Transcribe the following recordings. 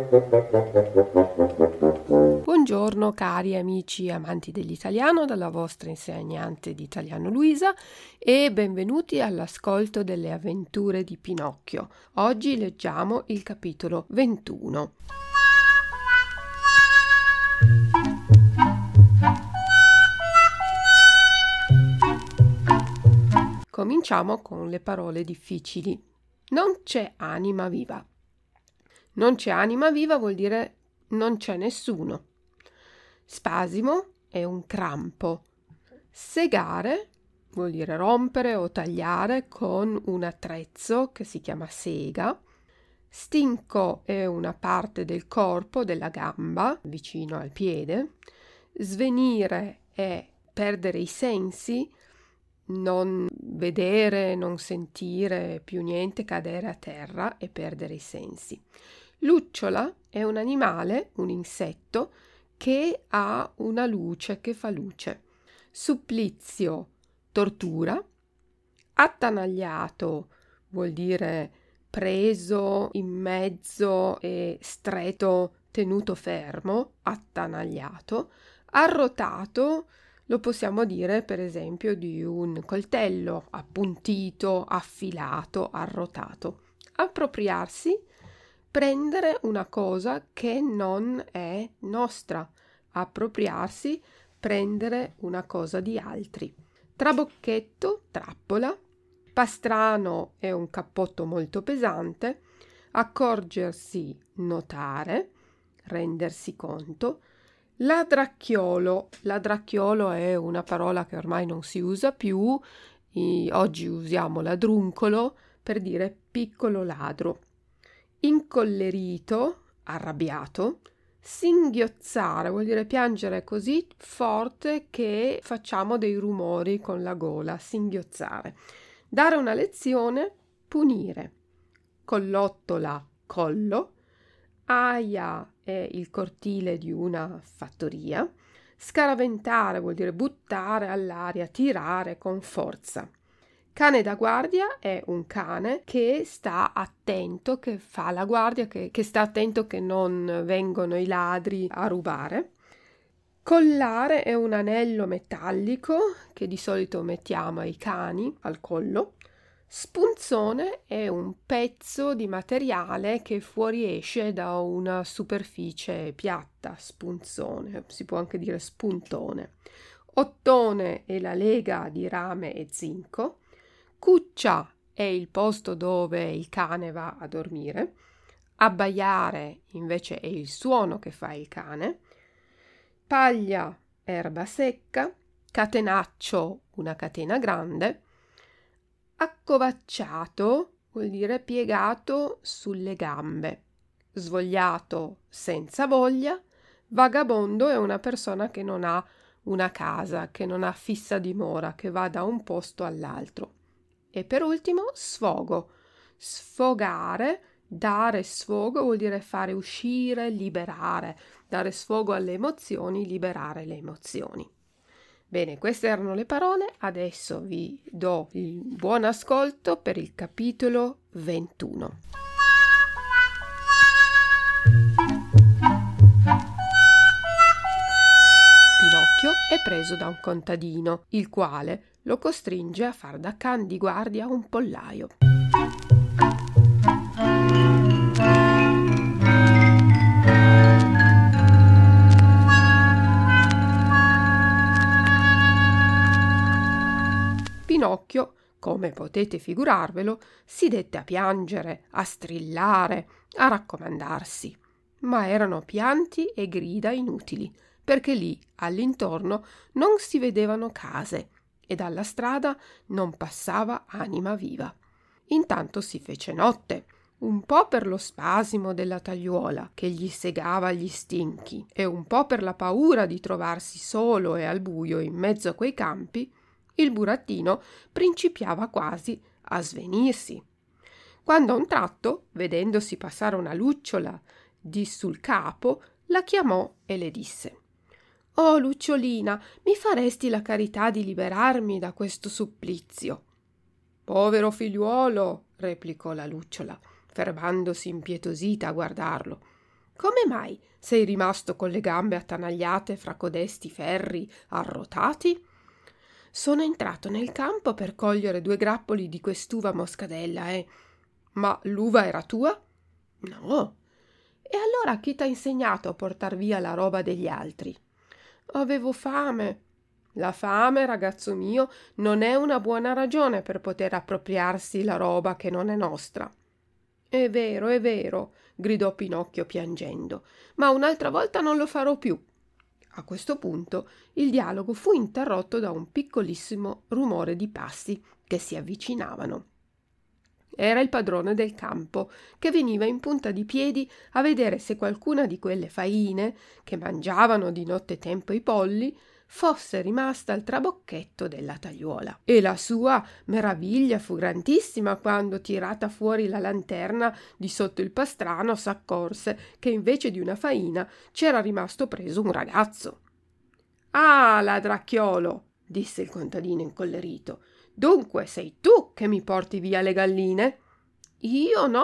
Buongiorno cari amici amanti dell'italiano, dalla vostra insegnante di italiano Luisa e benvenuti all'ascolto delle avventure di Pinocchio. Oggi leggiamo il capitolo 21. Cominciamo con le parole difficili. Non c'è anima viva. Non c'è anima viva vuol dire non c'è nessuno. Spasimo è un crampo. Segare vuol dire rompere o tagliare con un attrezzo che si chiama sega. Stinco è una parte del corpo, della gamba, vicino al piede. Svenire è perdere i sensi, non vedere, non sentire più niente, cadere a terra e perdere i sensi. Lucciola è un animale, un insetto, che ha una luce, che fa luce. Supplizio, tortura. Attanagliato vuol dire preso in mezzo e stretto, tenuto fermo, attanagliato. Arrotato lo possiamo dire per esempio di un coltello, appuntito, affilato, arrotato. Appropriarsi, prendere una cosa che non è nostra. Appropriarsi, prendere una cosa di altri. Trabocchetto, trappola. Pastrano è un cappotto molto pesante. Accorgersi, notare, rendersi conto. Ladracchiolo è una parola che ormai non si usa più. Oggi usiamo ladruncolo per dire piccolo ladro. Incollerito, arrabbiato. Singhiozzare vuol dire piangere così forte che facciamo dei rumori con la gola, singhiozzare. Dare una lezione, punire. Collottola, collo. Aia è il cortile di una fattoria. Scaraventare vuol dire buttare all'aria, tirare con forza. Cane da guardia è un cane che sta attento, che fa la guardia, che sta attento che non vengono i ladri a rubare. Collare è un anello metallico che di solito mettiamo ai cani al collo. Spunzone è un pezzo di materiale che fuoriesce da una superficie piatta, spunzone, si può anche dire spuntone. Ottone è la lega di rame e zinco. Cuccia è il posto dove il cane va a dormire. Abbaiare invece è il suono che fa il cane. Paglia, erba secca. Catenaccio, una catena grande. Accovacciato vuol dire piegato sulle gambe. Svogliato, senza voglia. Vagabondo è una persona che non ha una casa, che non ha fissa dimora, che va da un posto all'altro. E per ultimo, sfogo. Sfogare, dare sfogo vuol dire fare uscire, liberare. Dare sfogo alle emozioni, liberare le emozioni. Bene, queste erano le parole, adesso vi do il buon ascolto per il capitolo 21. Pinocchio è preso da un contadino, il quale lo costringe a far da can di guardia a un pollaio. Pinocchio, come potete figurarvelo, si dette a piangere, a strillare, a raccomandarsi. Ma erano pianti e grida inutili, perché lì, all'intorno, non si vedevano case e dalla strada non passava anima viva. Intanto si fece notte, un po' per lo spasimo della tagliuola che gli segava gli stinchi e un po' per la paura di trovarsi solo e al buio in mezzo a quei campi. Il burattino principiava quasi a svenirsi, quando a un tratto, vedendosi passare una lucciola di sul capo, la chiamò e le disse: «Oh, lucciolina, mi faresti la carità di liberarmi da questo supplizio?» «Povero figliuolo», replicò la lucciola, fermandosi impietosita a guardarlo, come mai sei rimasto con le gambe attanagliate fra codesti ferri arrotati? Sono entrato nel campo per cogliere 2 grappoli di quest'uva moscadella, Ma l'uva era tua? No. E allora chi t'ha insegnato a portar via la roba degli altri? Avevo fame. La fame, ragazzo mio, non è una buona ragione per poter appropriarsi la roba che non è nostra. È vero, gridò Pinocchio piangendo, ma un'altra volta non lo farò più. A questo punto il dialogo fu interrotto da un piccolissimo rumore di passi che si avvicinavano. Era il padrone del campo, che veniva in punta di piedi a vedere se qualcuna di quelle faine, che mangiavano di nottetempo i polli, fosse rimasta al trabocchetto della tagliuola. E la sua meraviglia fu grandissima quando, tirata fuori la lanterna di sotto il pastrano, s'accorse che invece di una faina c'era rimasto preso un ragazzo. «Ah, ladracchiolo!» disse il contadino incollerito. «Dunque sei tu che mi porti via le galline?» Io no,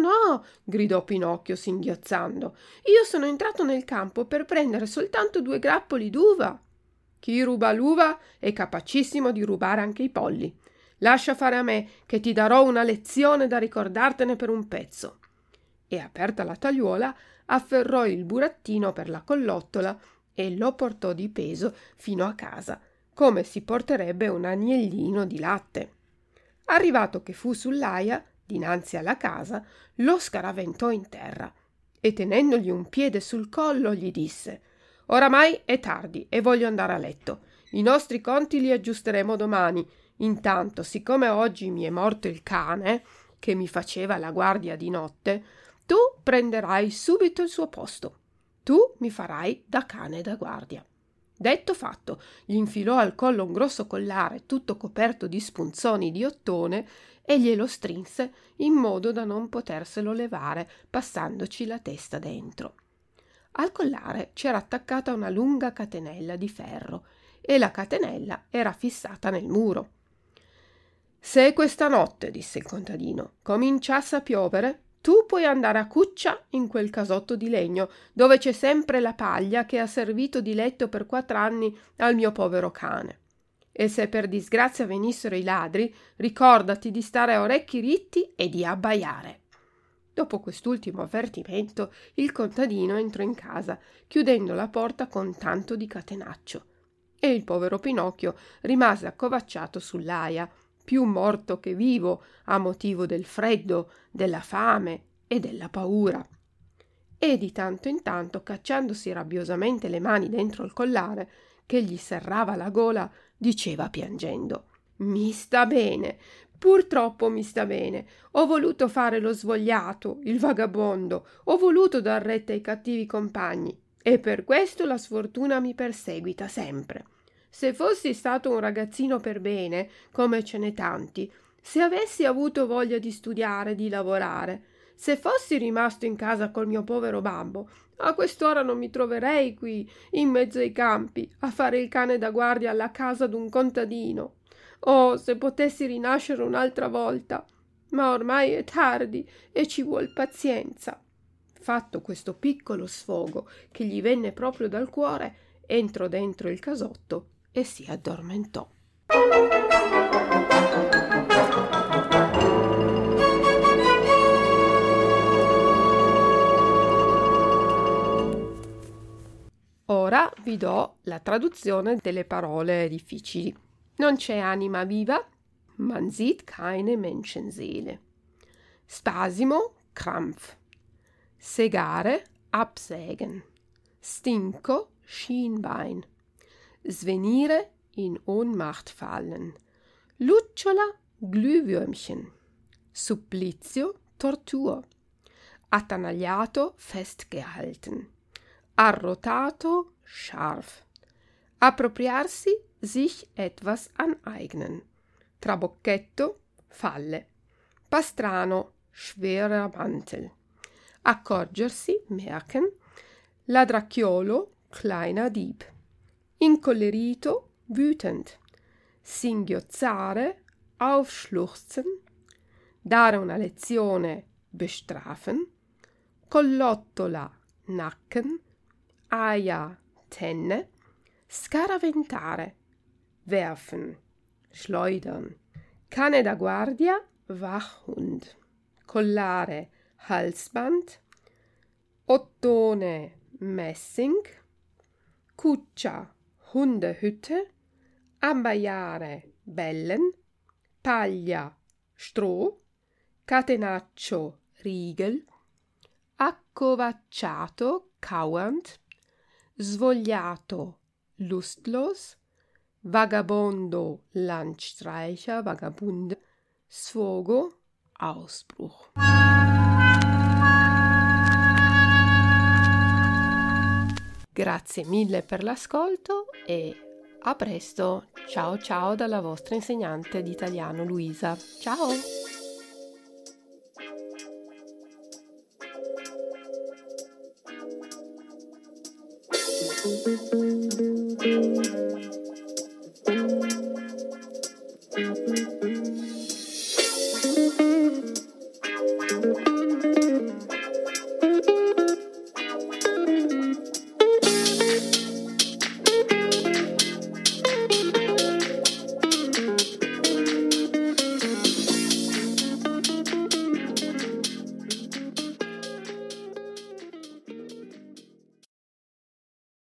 gridò Pinocchio singhiozzando. Io sono entrato nel campo per prendere soltanto 2 grappoli d'uva. Chi ruba l'uva è capacissimo di rubare anche i polli. Lascia fare a me, che ti darò una lezione da ricordartene per un pezzo. E aperta la tagliuola, afferrò il burattino per la collottola e lo portò di peso fino a casa, come si porterebbe un agnellino di latte. Arrivato che fu sull'aia, dinanzi alla casa, lo scaraventò in terra e tenendogli un piede sul collo gli disse: «Oramai è tardi e voglio andare a letto. I nostri conti li aggiusteremo domani. Intanto, siccome oggi mi è morto il cane che mi faceva la guardia di notte, tu prenderai subito il suo posto. Tu mi farai da cane da guardia». Detto fatto, gli infilò al collo un grosso collare tutto coperto di spunzoni di ottone e glielo strinse in modo da non poterselo levare passandoci la testa dentro. Al collare c'era attaccata una lunga catenella di ferro e la catenella era fissata nel muro. «Se questa notte», disse il contadino, «cominciasse a piovere, tu puoi andare a cuccia in quel casotto di legno dove c'è sempre la paglia che ha servito di letto per 4 anni al mio povero cane. E se per disgrazia venissero i ladri, ricordati di stare a orecchi ritti e di abbaiare». Dopo quest'ultimo avvertimento, il contadino entrò in casa, chiudendo la porta con tanto di catenaccio, e il povero Pinocchio rimase accovacciato sull'aia, più morto che vivo, a motivo del freddo, della fame e della paura. E di tanto in tanto, cacciandosi rabbiosamente le mani dentro il collare che gli serrava la gola, diceva piangendo: «Mi sta bene, purtroppo mi sta bene. Ho voluto fare lo svogliato, il vagabondo, ho voluto dar retta ai cattivi compagni e per questo la sfortuna mi perseguita sempre. Se fossi stato un ragazzino per bene, come ce n'è tanti, se avessi avuto voglia di studiare, di lavorare, se fossi rimasto in casa col mio povero babbo, a quest'ora non mi troverei qui, in mezzo ai campi, a fare il cane da guardia alla casa d'un contadino. Oh, se potessi rinascere un'altra volta! Ma ormai è tardi e ci vuol pazienza». Fatto questo piccolo sfogo che gli venne proprio dal cuore, entrò dentro il casotto e si addormentò. Ora vi do la traduzione delle parole difficili. Non c'è anima viva, man sieht keine Menschenseele. Spasimo, Krampf. Segare, absägen. Stinco, Schienbein. Svenire, in Ohnmacht fallen. Lucciola, Glühwürmchen. Supplizio, Tortur. Attanagliato, festgehalten. Arrotato, scharf. Appropriarsi, sich etwas aneignen. Trabocchetto, falle. Pastrano, schwerer Mantel. Accorgersi, merken. Ladracchiolo, kleiner Dieb. Incollerito, wütend. Singhiozzare, aufschluchzen. Dare una lezione, bestrafen. Collottola, Nacken, Aia, Tenne, scaraventare, werfen, schleudern, cane da guardia, Wachhund, collare, Halsband, Ottone, Messing, Cuccia, Hundehütte, abbaiare, bellen, paglia, Stroh, catenaccio, Riegel, accovacciato, kauernd, svogliato, lustlos, vagabondo, Landstreicher, Vagabunde, sfogo, Ausbruch. Grazie mille per l'ascolto e a presto. Ciao ciao dalla vostra insegnante di italiano Luisa. Ciao!